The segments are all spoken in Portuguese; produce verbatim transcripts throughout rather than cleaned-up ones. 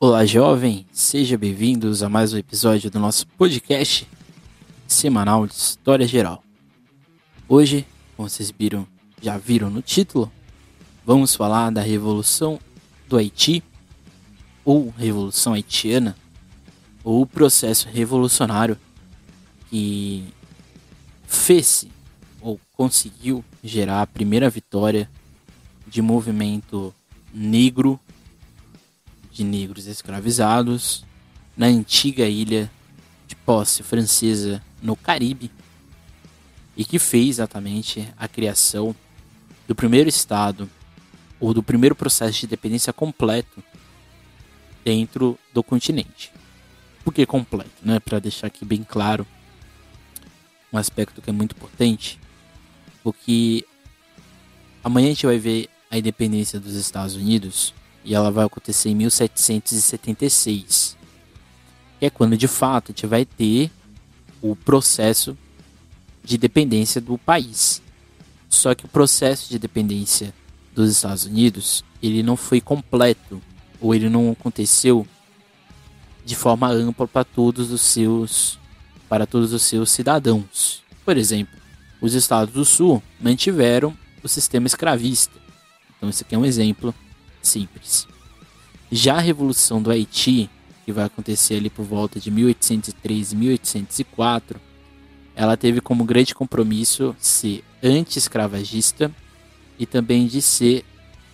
Olá, jovem! Sejam bem-vindos a mais um episódio do nosso podcast semanal de História Geral. Hoje, como vocês viram, já viram no título, vamos falar da Revolução do Haiti, ou Revolução Haitiana, ou o processo revolucionário que fez ou conseguiu gerar a primeira vitória de movimento negro, de negros escravizados, na antiga ilha de posse francesa no Caribe, e que fez exatamente a criação do primeiro estado, ou do primeiro processo de independência completo dentro do continente. Por que completo? Né? Para deixar aqui bem claro um aspecto que é muito importante, porque amanhã a gente vai ver a independência dos Estados Unidos, e ela vai acontecer em mil setecentos e setenta e seis, que é quando de fato a gente vai ter o processo de independência do país. Só que o processo de independência dos Estados Unidos, ele não foi completo, ou ele não aconteceu de forma ampla para todos os seus para todos os seus cidadãos. Por exemplo, os estados do Sul mantiveram o sistema escravista. Então esse aqui é um exemplo simples. Já a Revolução do Haiti, que vai acontecer ali por volta de mil oitocentos e três e mil oitocentos e quatro, ela teve como grande compromisso ser anti-escravagista e também de ser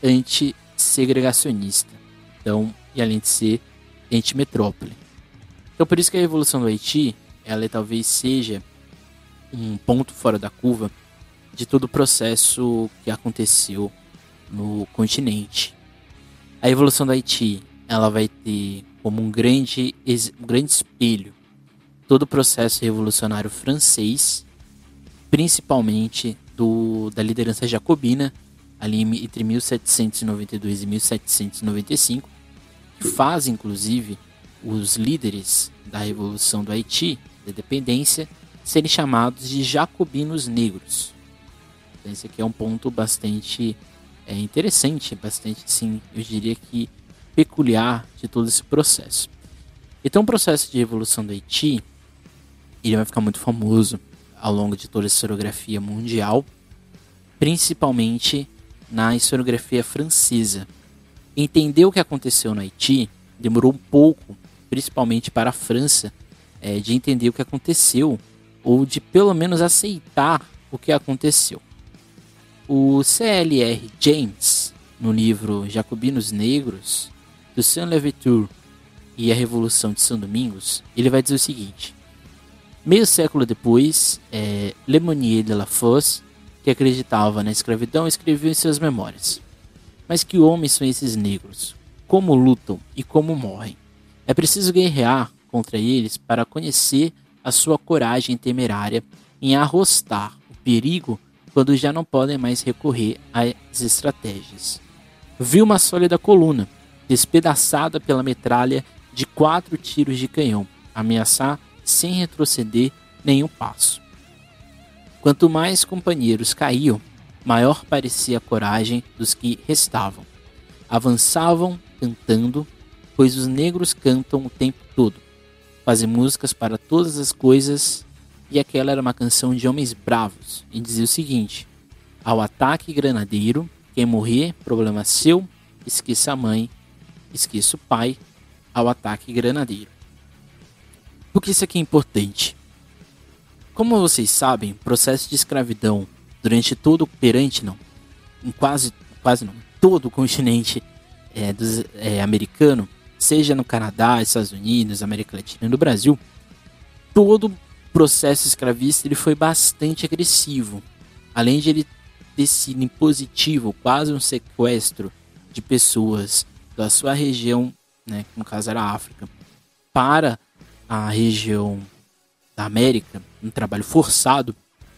anti-segregacionista. Então, e além de ser anti-metrópole. Então por isso que a Revolução do Haiti, ela talvez seja um ponto fora da curva de todo o processo que aconteceu no continente. A Revolução do Haiti, ela vai ter como um grande, um grande espelho todo o processo revolucionário francês, principalmente do, da liderança jacobina, ali entre mil setecentos e noventa e dois e mil setecentos e noventa e cinco, que faz, inclusive, os líderes da Revolução do Haiti, da independência, serem chamados de jacobinos negros. Então esse aqui é um ponto bastante É interessante, bastante, sim, eu diria que peculiar de todo esse processo. Então o processo de revolução do Haiti, ele vai ficar muito famoso ao longo de toda a historiografia mundial, principalmente na historiografia francesa. Entender o que aconteceu no Haiti demorou um pouco, principalmente para a França, é, de entender o que aconteceu, ou de pelo menos aceitar o que aconteceu. O C L R James, no livro Jacobinos Negros, do Saint Louverture e a Revolução de São Domingos, ele vai dizer o seguinte: meio século depois, é, Le Monnier de la Fosse, que acreditava na escravidão, escreveu em suas memórias: mas que homens são esses negros? Como lutam e como morrem? É preciso guerrear contra eles para conhecer a sua coragem temerária em arrostar o perigo quando já não podem mais recorrer às estratégias. Vi uma sólida coluna, despedaçada pela metralha de quatro tiros de canhão, ameaçar sem retroceder nenhum passo. Quanto mais companheiros caíam, maior parecia a coragem dos que restavam. Avançavam cantando, pois os negros cantam o tempo todo. Fazem músicas para todas as coisas. E aquela era uma canção de homens bravos, e dizia o seguinte: ao ataque granadeiro, quem morrer, problema seu, esqueça a mãe, esqueça o pai, ao ataque granadeiro. Por que isso aqui é importante? Como vocês sabem, o processo de escravidão durante todo, perante não, em quase, quase não, todo o continente é, dos, é, americano, seja no Canadá, Estados Unidos, América Latina e no Brasil, todo processo escravista ele foi bastante agressivo. Além de ele ter sido impositivo, quase um sequestro de pessoas da sua região, né, que no caso era a África, para a região da América, um trabalho forçado,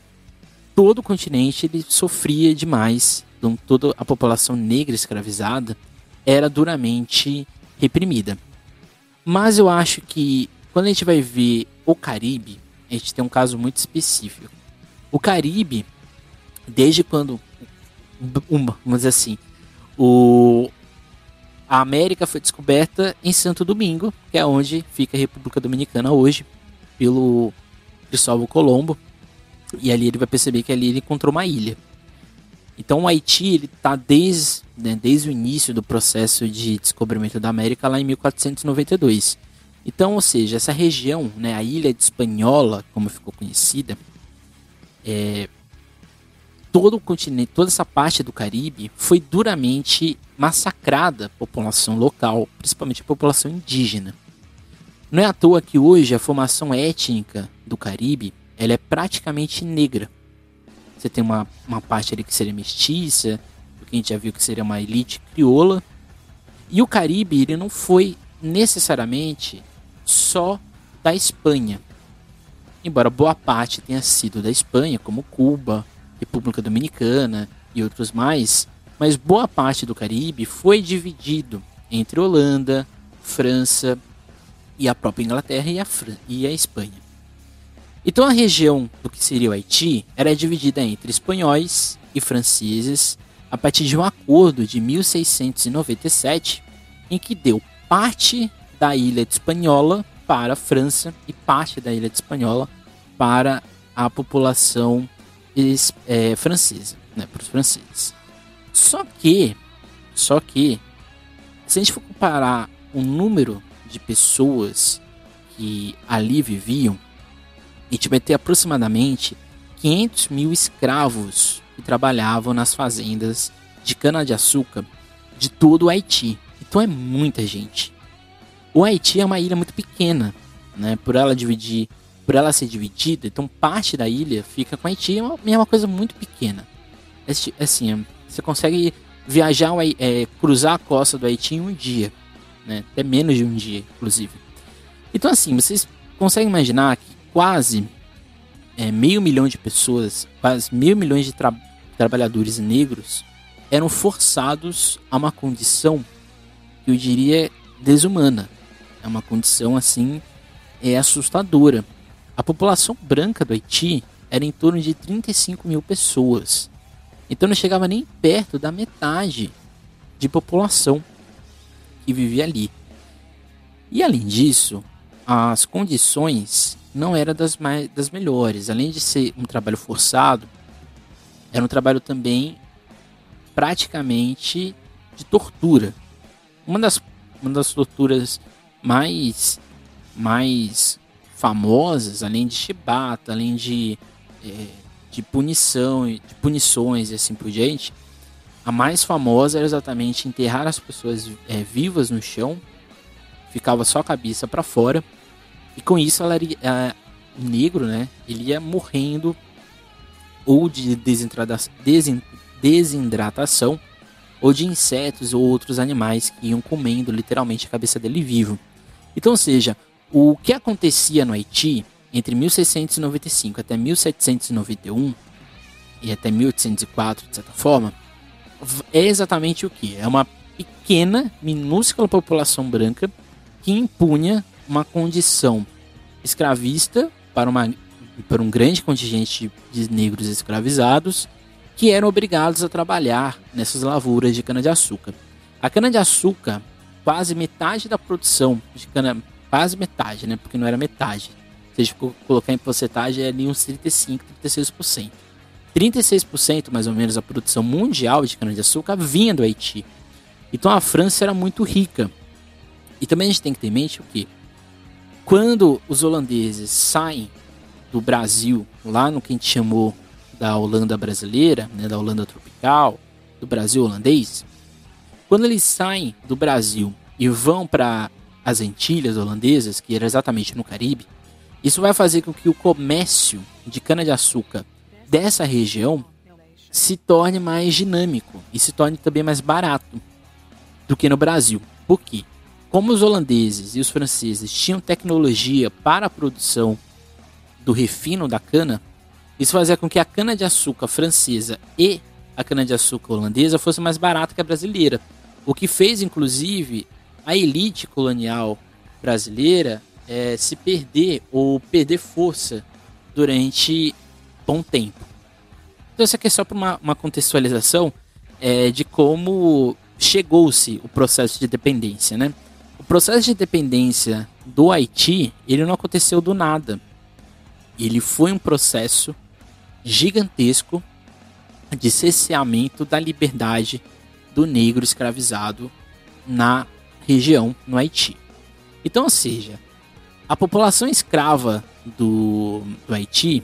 todo o continente ele sofria demais. Então toda a população negra escravizada era duramente reprimida. Mas eu acho que quando a gente vai ver o Caribe, a gente tem um caso muito específico. O Caribe, desde quando, um, vamos dizer assim, o, a América foi descoberta em Santo Domingo, que é onde fica a República Dominicana hoje, pelo Cristóvão Colombo. E ali ele vai perceber que ali ele encontrou uma ilha. Então o Haiti ele está desde, né, desde o início do processo de descobrimento da América lá em mil quatrocentos e noventa e dois. Então, ou seja, essa região, né, a Ilha de Hispaniola, como ficou conhecida, é, todo o continente, toda essa parte do Caribe foi duramente massacrada a população local, principalmente a população indígena. Não é à toa que hoje a formação étnica do Caribe ela é praticamente negra. Você tem uma, uma parte ali que seria mestiça, o que a gente já viu que seria uma elite crioula. E o Caribe ele não foi necessariamente só da Espanha. Embora boa parte tenha sido da Espanha, como Cuba, República Dominicana e outros mais, mas boa parte do Caribe foi dividido entre Holanda, França e a própria Inglaterra e a, Fran- e a Espanha. Então a região do que seria o Haiti era dividida entre espanhóis e franceses a partir de um acordo de mil seiscentos e noventa e sete, em que deu parte da ilha de Hispaniola para a França e parte da ilha de Hispaniola para a população é, francesa, né, para os franceses. Só que, só que, se a gente for comparar o número de pessoas que ali viviam, a gente vai ter aproximadamente quinhentos mil escravos que trabalhavam nas fazendas de cana-de-açúcar de todo o Haiti. Então é muita gente. O Haiti é uma ilha muito pequena, né? Por ela dividir, por ela ser dividida, então parte da ilha fica com o Haiti, é uma, é uma coisa muito pequena. Assim, você consegue viajar, é, cruzar a costa do Haiti em um dia, né? Até menos de um dia, inclusive. Então assim, vocês conseguem imaginar que quase é, meio milhão de pessoas, quase meio milhões de tra- trabalhadores negros eram forçados a uma condição que eu diria desumana. É uma condição assim é assustadora. A população branca do Haiti era em torno de trinta e cinco mil pessoas. Então não chegava nem perto da metade de população que vivia ali. E além disso, as condições não eram das, mais, das melhores. Além de ser um trabalho forçado, era um trabalho também praticamente de tortura. Uma das, uma das torturas mais, mais famosas, além de chibata, além de, é, de punição, de punições e assim por diante, a mais famosa era exatamente enterrar as pessoas é, vivas no chão, ficava só a cabeça para fora, e com isso ela ia, a, o negro, né, ele ia morrendo ou de desidratação ou de insetos ou outros animais que iam comendo literalmente a cabeça dele vivo. Então, ou seja, o que acontecia no Haiti entre mil seiscentos e noventa e cinco até mil setecentos e noventa e um e até mil oitocentos e quatro, de certa forma, é exatamente o que? É uma pequena, minúscula população branca que impunha uma condição escravista para, uma, para um grande contingente de negros escravizados que eram obrigados a trabalhar nessas lavouras de cana-de-açúcar. A cana-de-açúcar, quase metade da produção de cana, quase metade, né? Porque não era metade. Se a gente colocar em porcentagem, é ali uns trinta e cinco, trinta e seis por cento. trinta e seis por cento mais ou menos da produção mundial de cana-de-açúcar vinha do Haiti. Então a França era muito rica. E também a gente tem que ter em mente o que? Quando os holandeses saem do Brasil, lá no que a gente chamou da Holanda brasileira, né, da Holanda tropical, do Brasil holandês, quando eles saem do Brasil e vão para as Antilhas holandesas, que era exatamente no Caribe, isso vai fazer com que o comércio de cana-de-açúcar dessa região se torne mais dinâmico e se torne também mais barato do que no Brasil. Por quê? Como os holandeses e os franceses tinham tecnologia para a produção do refino da cana, isso fazia com que a cana-de-açúcar francesa e a cana-de-açúcar holandesa fosse mais barata que a brasileira, o que fez, inclusive, a elite colonial brasileira é, se perder ou perder força durante bom tempo. Então isso aqui é só para uma, uma contextualização é, de como chegou-se o processo de dependência, né? O processo de dependência do Haiti, ele não aconteceu do nada. Ele foi um processo gigantesco de cerceamento da liberdade do negro escravizado na região, no Haiti. Então, ou seja, a população escrava do, do Haiti,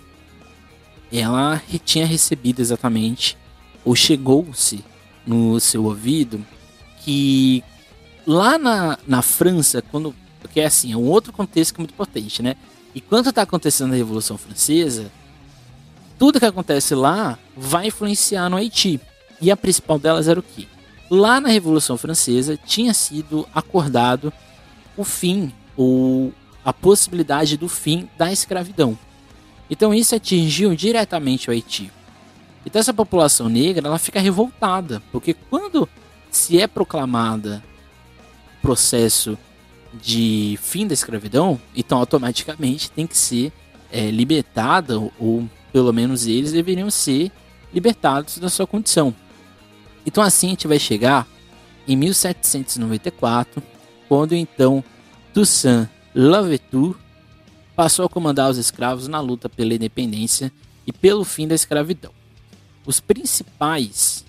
ela tinha recebido exatamente, ou chegou-se no seu ouvido, que lá na, na França, quando, porque é assim, é um outro contexto que é muito importante, né? E quando está acontecendo a Revolução Francesa, tudo que acontece lá vai influenciar no Haiti. E a principal delas era o quê? Lá na Revolução Francesa tinha sido acordado o fim, ou a possibilidade do fim da escravidão. Então isso atingiu diretamente o Haiti. Então essa população negra, ela fica revoltada, porque quando se é proclamada o processo de fim da escravidão, então automaticamente tem que ser é, libertada, ou pelo menos eles deveriam ser libertados da sua condição. Então assim a gente vai chegar em mil setecentos e noventa e quatro, quando então Toussaint Louverture passou a comandar os escravos na luta pela independência e pelo fim da escravidão. Os principais,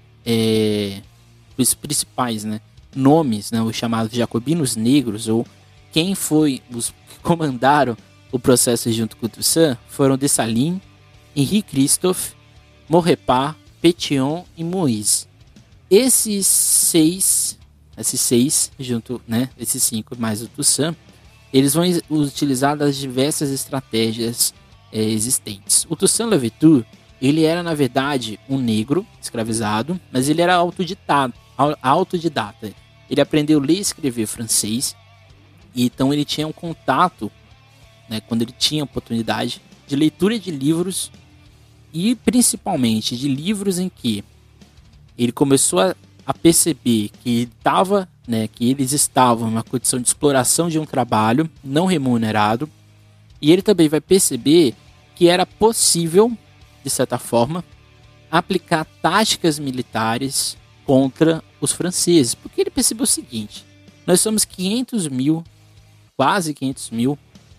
é, os principais né, nomes, né, os chamados jacobinos negros, ou quem foi os que comandaram o processo junto com o Toussaint, foram Dessalines, Henri Christophe, Maurepas, Pétion e Moïse. Esses seis, esses seis, junto, né, esses cinco mais o Toussaint, eles vão utilizar das diversas estratégias é, existentes. O Toussaint Louverture, ele era na verdade um negro escravizado, mas ele era autodidata. autodidata. Ele aprendeu a ler e escrever francês, e então ele tinha um contato, né, quando ele tinha oportunidade, de leitura de livros, e principalmente de livros em que ele começou a, a perceber que, tava, né, que eles estavam numa condição de exploração de um trabalho não remunerado, e ele também vai perceber que era possível, de certa forma, aplicar táticas militares contra os franceses, porque ele percebeu o seguinte: nós somos quinhentos mil, quase quinhentos mil,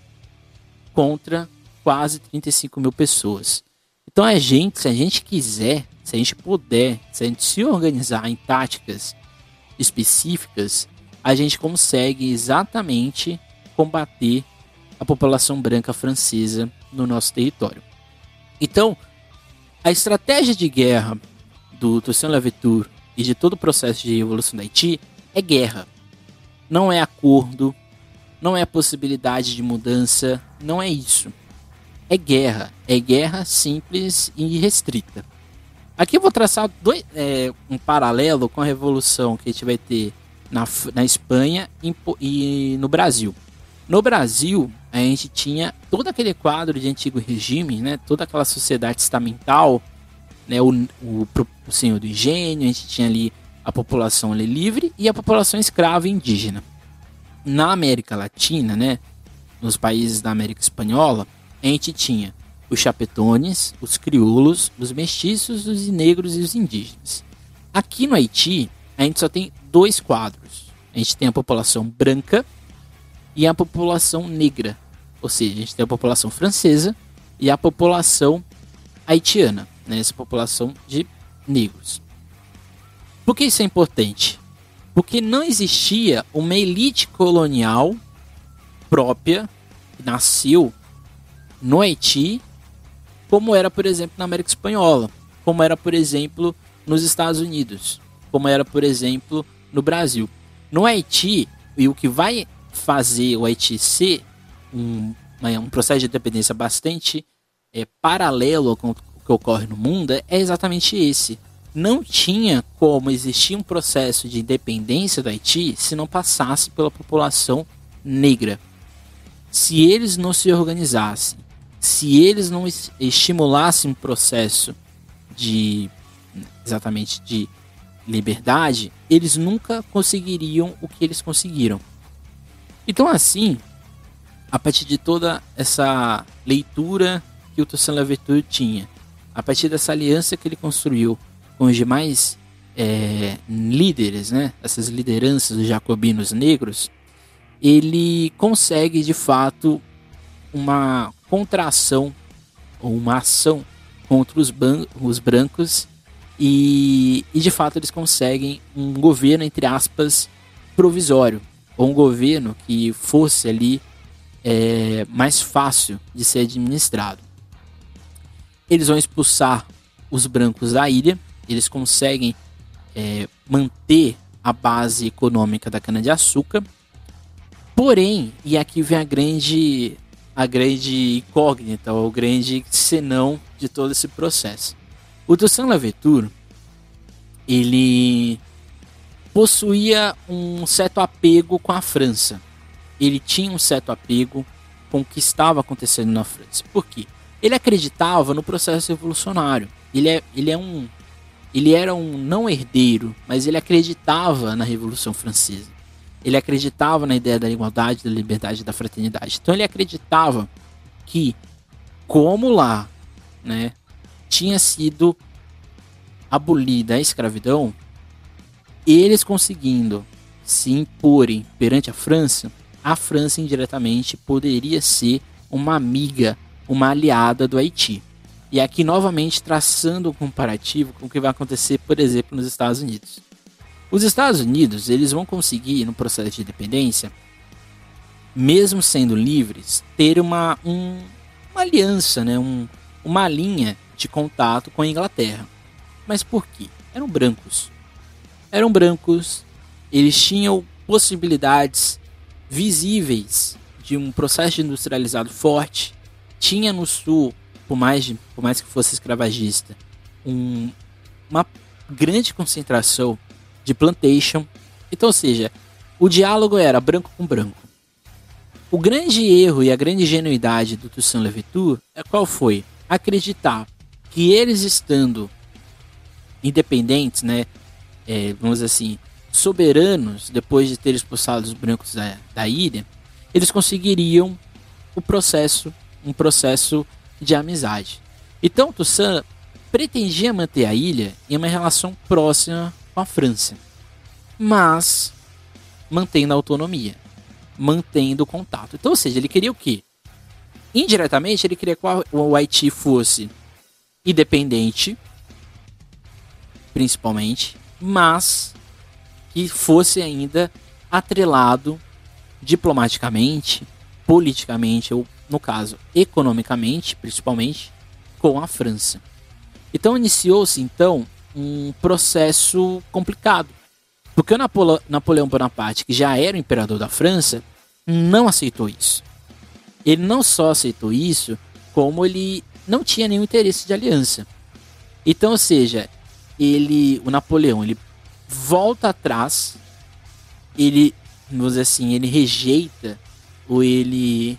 contra quase trinta e cinco mil pessoas. Então a gente, se a gente quiser, se a gente puder, se a gente se organizar em táticas específicas, a gente consegue exatamente combater a população branca francesa no nosso território. Então, a estratégia de guerra do Toussaint Louverture e de todo o processo de revolução do Haiti é guerra. Não é acordo, não é a possibilidade de mudança, não é isso. É guerra, é guerra simples e restrita. Aqui eu vou traçar dois, é, um paralelo com a revolução que a gente vai ter na, na Espanha e, e no Brasil. No Brasil, a gente tinha todo aquele quadro de antigo regime, né, toda aquela sociedade estamental, né, o, o, o senhor do engenho, a gente tinha ali a população ali livre e a população escrava e indígena. Na América Latina, né, nos países da América Espanhola, a gente tinha os chapetones, os crioulos, os mestiços, os negros e os indígenas. Aqui no Haiti, a gente só tem dois quadros. A gente tem a população branca e a população negra. Ou seja, a gente tem a população francesa e a população haitiana, né? Essa população de negros. Por que isso é importante? Porque não existia uma elite colonial própria que nasceu no Haiti, como era, por exemplo, na América Espanhola, como era, por exemplo, nos Estados Unidos, como era, por exemplo, no Brasil. No Haiti, e o que vai fazer o Haiti ser um, um processo de independência bastante é, paralelo com o que ocorre no mundo, é exatamente esse. Não tinha como existir um processo de independência do Haiti se não passasse pela população negra. Se eles não se organizassem, se eles não estimulassem um processo de exatamente de liberdade, eles nunca conseguiriam o que eles conseguiram. Então, assim, a partir de toda essa leitura que o Toussaint Louverture tinha, a partir dessa aliança que ele construiu com os demais é, líderes, né, essas lideranças dos jacobinos negros, ele consegue de fato uma contração ou uma ação contra os, ban- os brancos e, e de fato eles conseguem um governo, entre aspas, provisório, ou um governo que fosse ali é, mais fácil de ser administrado. Eles vão expulsar os brancos da ilha, eles conseguem é, manter a base econômica da cana-de-açúcar, porém, e aqui vem a grande, a grande incógnita, ou o grande senão de todo esse processo. O Toussaint Louverture, ele possuía um certo apego com a França. Ele tinha um certo apego com o que estava acontecendo na França. Por quê? Ele acreditava no processo revolucionário. Ele, é, ele, é um, ele era um não herdeiro, mas ele acreditava na Revolução Francesa. Ele acreditava na ideia da igualdade, da liberdade e da fraternidade. Então ele acreditava que, como lá, né, tinha sido abolida a escravidão, eles conseguindo se imporem perante a França, a França indiretamente poderia ser uma amiga, uma aliada do Haiti. E aqui novamente traçando um comparativo com o que vai acontecer, por exemplo, nos Estados Unidos. Os Estados Unidos, eles vão conseguir, no processo de independência, mesmo sendo livres, ter uma, um, uma aliança, né? um, uma linha de contato com a Inglaterra. Mas por quê? Eram brancos. Eram brancos, eles tinham possibilidades visíveis de um processo industrializado forte. Tinha no sul, por mais, de, por mais que fosse escravagista, um, uma grande concentração de plantation. Então, ou seja, o diálogo era branco com branco. O grande erro e a grande ingenuidade do Toussaint Louverture é qual foi? Acreditar que eles estando independentes, né, é, vamos dizer assim, soberanos, depois de ter expulsado os brancos da, da ilha, eles conseguiriam o processo, um processo de amizade. Então Toussaint pretendia manter a ilha em uma relação próxima com a França, mas mantendo a autonomia, mantendo o contato. Então, ou seja, ele queria o quê? Indiretamente, ele queria que o Haiti fosse independente, principalmente, mas que fosse ainda atrelado diplomaticamente, politicamente, ou no caso, economicamente, principalmente, com a França. Então iniciou-se então um processo complicado, porque o Napole- Napoleão Bonaparte, que já era o imperador da França, não aceitou isso. Ele não só aceitou isso, como ele não tinha nenhum interesse de aliança. Então, ou seja, ele, o Napoleão, ele volta atrás, ele, vamos dizer assim, ele rejeita ou ele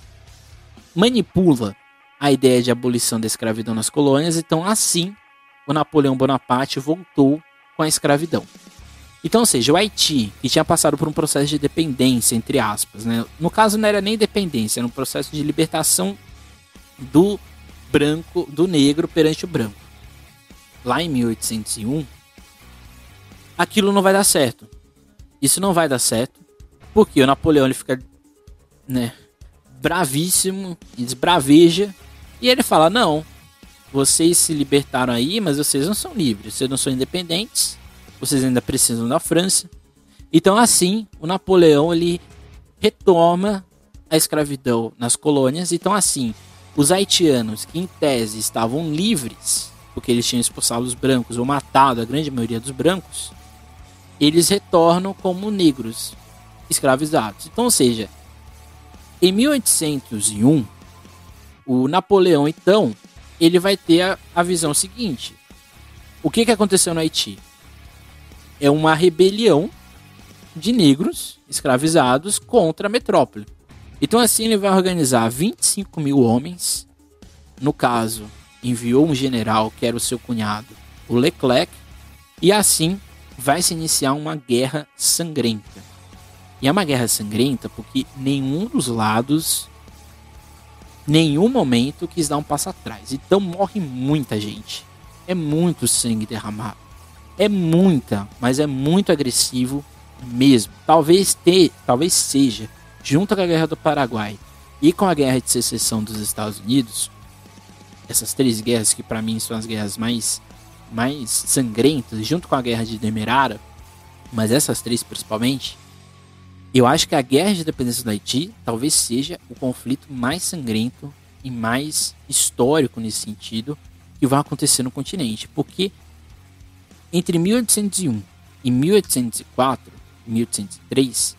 manipula a ideia de abolição da escravidão nas colônias. Então, assim, o Napoleão Bonaparte voltou com a escravidão. Então, ou seja, o Haiti, que tinha passado por um processo de dependência, entre aspas, né? No caso não era nem dependência, era um processo de libertação do branco, do negro perante o branco. Lá em mil oitocentos e um, aquilo não vai dar certo. Isso não vai dar certo, porque o Napoleão ele fica, né, bravíssimo, esbraveja, e ele fala, não, vocês se libertaram aí, mas vocês não são livres, vocês não são independentes, vocês ainda precisam da França. Então assim, o Napoleão ele retoma a escravidão nas colônias. Então assim, os haitianos que em tese estavam livres, porque eles tinham expulsado os brancos ou matado a grande maioria dos brancos, eles retornam como negros escravizados. Então, ou seja, em mil oitocentos e um, o Napoleão, então, ele vai ter a, a visão seguinte. O que, que aconteceu no Haiti? É uma rebelião de negros escravizados contra a metrópole. Então, assim, ele vai organizar vinte e cinco mil homens. No caso, enviou um general, que era o seu cunhado, o Leclerc, e assim vai se iniciar uma guerra sangrenta. E é uma guerra sangrenta porque nenhum dos lados, nenhum momento quis dar um passo atrás. Então morre muita gente. É muito sangue derramado. é muita, mas é muito agressivo mesmo. Talvez ter, talvez seja, junto com a Guerra do Paraguai e com a Guerra de Secessão dos Estados Unidos, essas três guerras que para mim são as guerras mais, mais sangrentas, junto com a Guerra de Demerara, mas essas três principalmente, eu acho que a Guerra de Independência do Haiti talvez seja o conflito mais sangrento e mais histórico nesse sentido que vai acontecer no continente, porque entre mil oitocentos e um e mil oitocentos e quatro, mil oitocentos e três,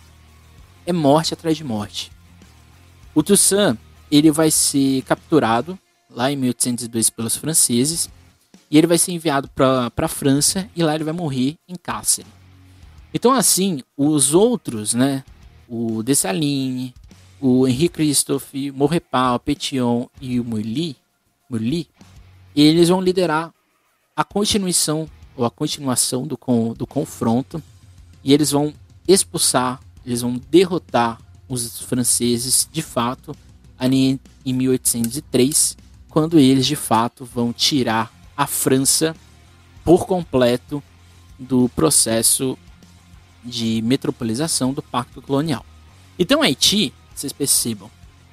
é morte atrás de morte. O Toussaint, ele vai ser capturado lá em mil oitocentos e dois pelos franceses e ele vai ser enviado para a França e lá ele vai morrer em cárcere. Então assim, os outros, né, o Dessalines, o Henri Christophe, Maurepas, Pétion e o Mully, Mully, eles vão liderar a continuação ou a continuação do, do confronto e eles vão expulsar, eles vão derrotar os franceses de fato ali em mil oitocentos e três, quando eles de fato vão tirar a França por completo do processo de metropolização do Pacto Colonial. Então Haiti, vocês percebam,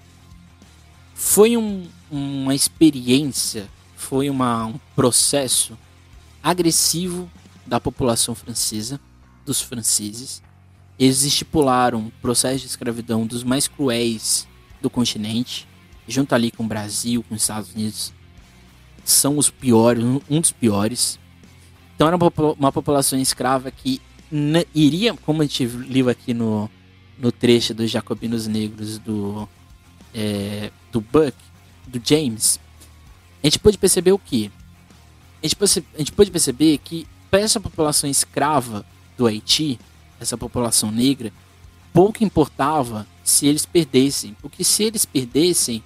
foi um, uma experiência, foi uma, um processo agressivo da população francesa, dos franceses. Eles estipularam um processo de escravidão dos mais cruéis do continente, junto ali com o Brasil, com os Estados Unidos, são os piores, um dos piores. Então era uma, uma população escrava que n- iria, como a gente viu aqui no, no trecho dos Jacobinos Negros do, é, do Buck, do James, a gente pode perceber o quê? A gente pode, a gente pode perceber que para essa população escrava do Haiti, essa população negra, pouco importava se eles perdessem, porque se eles perdessem,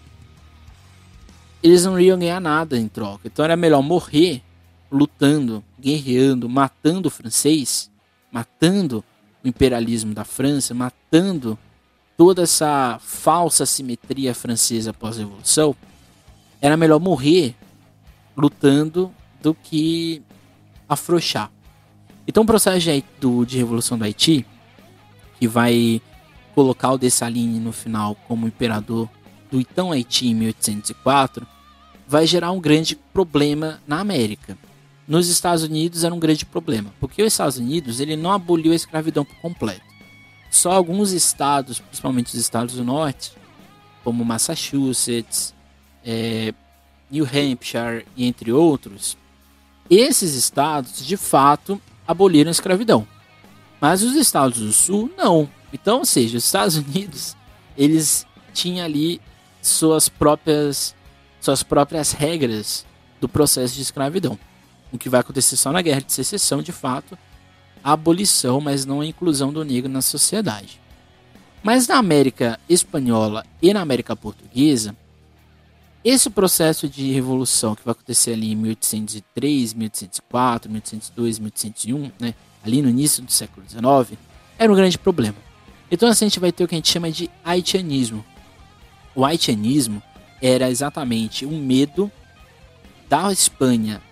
eles não iriam ganhar nada em troca. Então era melhor morrer lutando, guerreando, matando o francês, matando o imperialismo da França, matando toda essa falsa simetria francesa após a Revolução. Era melhor morrer lutando do que afrouxar. Então o processo de, do, de Revolução do Haiti, que vai colocar o Dessalines no final como imperador do então Haiti em mil oitocentos e quatro, vai gerar um grande problema na América. Nos Estados Unidos era um grande problema, porque os Estados Unidos ele não aboliu a escravidão por completo. Só alguns estados, principalmente os estados do norte, como Massachusetts, é, New Hampshire e entre outros, esses estados de fato aboliram a escravidão. Mas os estados do sul não. Então, ou seja, os Estados Unidos eles tinham ali suas próprias, suas próprias regras do processo de escravidão. O que vai acontecer só na Guerra de Secessão, de fato, a abolição, mas não a inclusão do negro na sociedade. Mas na América Espanhola e na América Portuguesa, esse processo de revolução que vai acontecer ali em mil oitocentos e três, mil oitocentos e quatro, mil oitocentos e dois, mil oitocentos e um, né, ali no início do século dezenove, era um grande problema. Então assim, a gente vai ter o que a gente chama de haitianismo. O haitianismo era exatamente um medo da Espanha,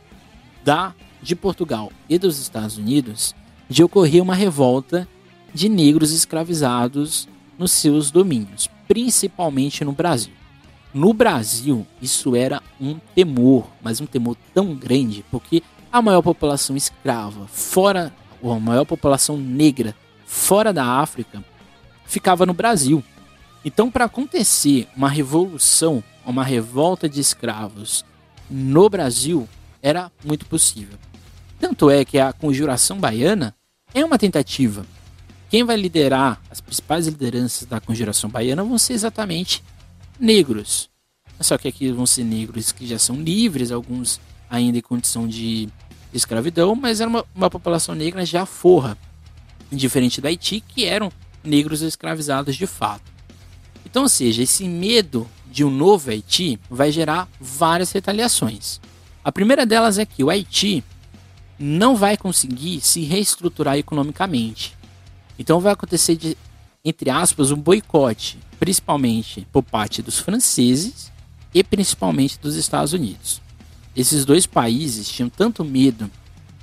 da, de Portugal e dos Estados Unidos de ocorrer uma revolta de negros escravizados nos seus domínios, principalmente no Brasil. No Brasil, isso era um temor, mas um temor tão grande, porque a maior população escrava, fora, ou a maior população negra, fora da África, ficava no Brasil. Então, para acontecer uma revolução, uma revolta de escravos no Brasil, era muito possível. Tanto é que a Conjuração Baiana é uma tentativa. Quem vai liderar as principais lideranças da Conjuração Baiana vão ser exatamente negros. Só que aqui vão ser negros que já são livres, alguns ainda em condição de escravidão, mas era uma, uma população negra já forra, diferente do Haiti, que eram negros escravizados de fato. Então, ou seja, esse medo de um novo Haiti vai gerar várias retaliações. A primeira delas é que o Haiti não vai conseguir se reestruturar economicamente. Então vai acontecer, de, entre aspas, um boicote, principalmente por parte dos franceses e principalmente dos Estados Unidos. Esses dois países tinham tanto medo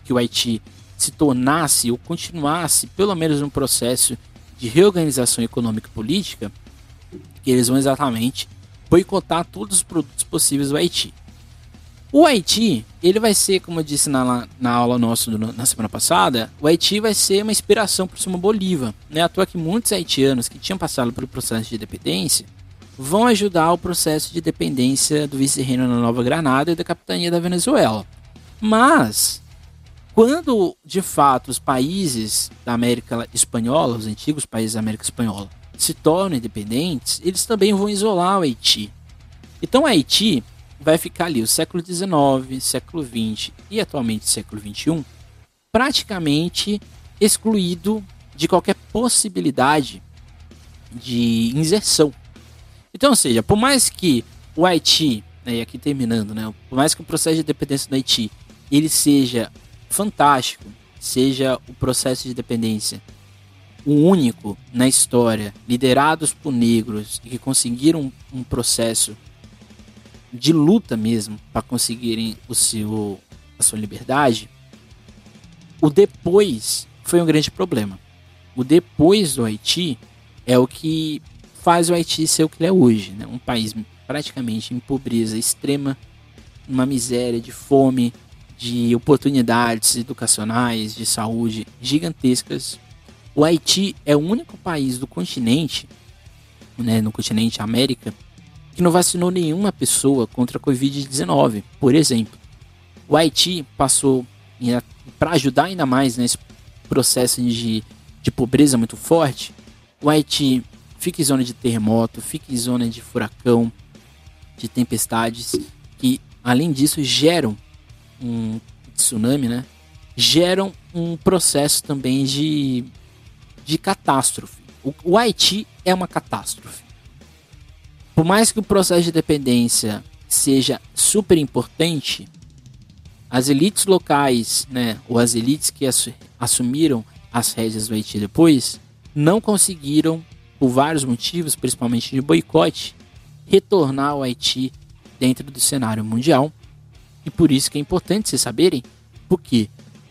que o Haiti se tornasse ou continuasse pelo menos um processo de reorganização econômica e política, que eles vão exatamente boicotar todos os produtos possíveis do Haiti. O Haiti, ele vai ser, como eu disse na, na aula nossa do, na semana passada, o Haiti vai ser uma inspiração para o Simão Bolívar. Não é à toa que muitos haitianos que tinham passado pelo processo de independência vão ajudar o processo de independência do vice-reino na Nova Granada e da capitania da Venezuela. Mas, quando de fato os países da América Espanhola, os antigos países da América Espanhola, se tornam independentes, eles também vão isolar o Haiti. Então o Haiti vai ficar ali o século dezenove, século vinte e atualmente século vinte e um praticamente excluído de qualquer possibilidade de inserção. Então, ou seja, por mais que o Haiti, né, e aqui terminando, né, por mais que o processo de independência do Haiti ele seja fantástico, seja o processo de independência o único na história, liderados por negros e que conseguiram um processo de luta mesmo para conseguirem o seu, a sua liberdade, o depois foi um grande problema. O depois do Haiti é o que faz o Haiti ser o que ele é hoje, né? Um país praticamente em pobreza extrema, uma miséria de fome, de oportunidades educacionais, de saúde gigantescas. O Haiti é o único país do continente, né, no continente América, que não vacinou nenhuma pessoa contra a covid dezenove, por exemplo. O Haiti passou, para ajudar ainda mais nesse processo de, de pobreza muito forte, o Haiti fica em zona de terremoto, fica em zona de furacão, de tempestades, que além disso geram um tsunami, né? Geram um processo também de, de catástrofe. O, o Haiti é uma catástrofe. Por mais que o processo de dependência seja super importante, as elites locais, né, ou as elites que assu- assumiram as rédeas do Haiti depois, não conseguiram, por vários motivos, principalmente de boicote, retornar ao Haiti dentro do cenário mundial. E por isso que é importante vocês saberem, porque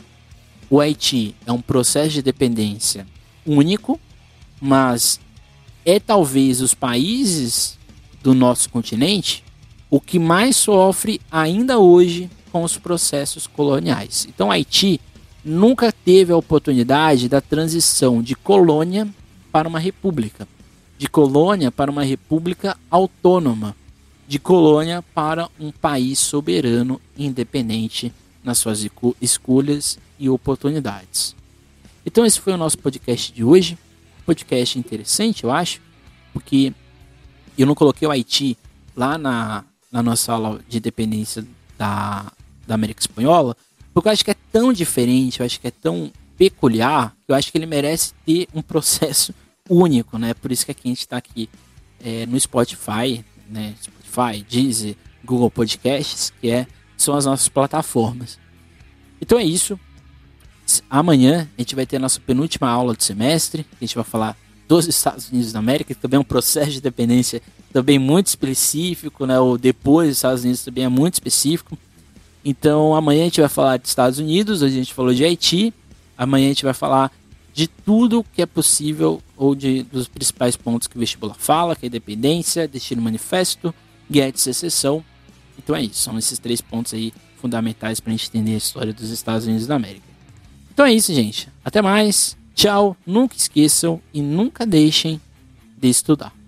o Haiti é um processo de dependência único, mas é talvez os países do nosso continente o que mais sofre ainda hoje com os processos coloniais. Então, Haiti nunca teve a oportunidade da transição de colônia para uma república, de colônia para uma república autônoma, de colônia para um país soberano e independente nas suas escolhas e oportunidades. Então esse foi o nosso podcast de hoje. Podcast interessante, eu acho, porque eu não coloquei o Haiti lá na, na nossa aula de independência da, da América Espanhola, porque eu acho que é tão diferente, eu acho que é tão peculiar, que eu acho que ele merece ter um processo único, né? Por isso que aqui a gente está aqui é, no Spotify, né? Spotify, Deezer, Google Podcasts, que é, são as nossas plataformas. Então é isso. Amanhã a gente vai ter a nossa penúltima aula do semestre. A gente vai falar dos Estados Unidos da América, que também é um processo de dependência também muito específico, né? O depois dos Estados Unidos também é muito específico. Então amanhã a gente vai falar dos Estados Unidos, hoje a gente falou de Haiti. Amanhã a gente vai falar de tudo que é possível, ou de, dos principais pontos que o vestibular fala, que é independência, destino manifesto, guerra de secessão. Então é isso, são esses três pontos aí fundamentais para a gente entender a história dos Estados Unidos da América. Então é isso, gente. Até mais. Tchau. Nunca esqueçam e nunca deixem de estudar.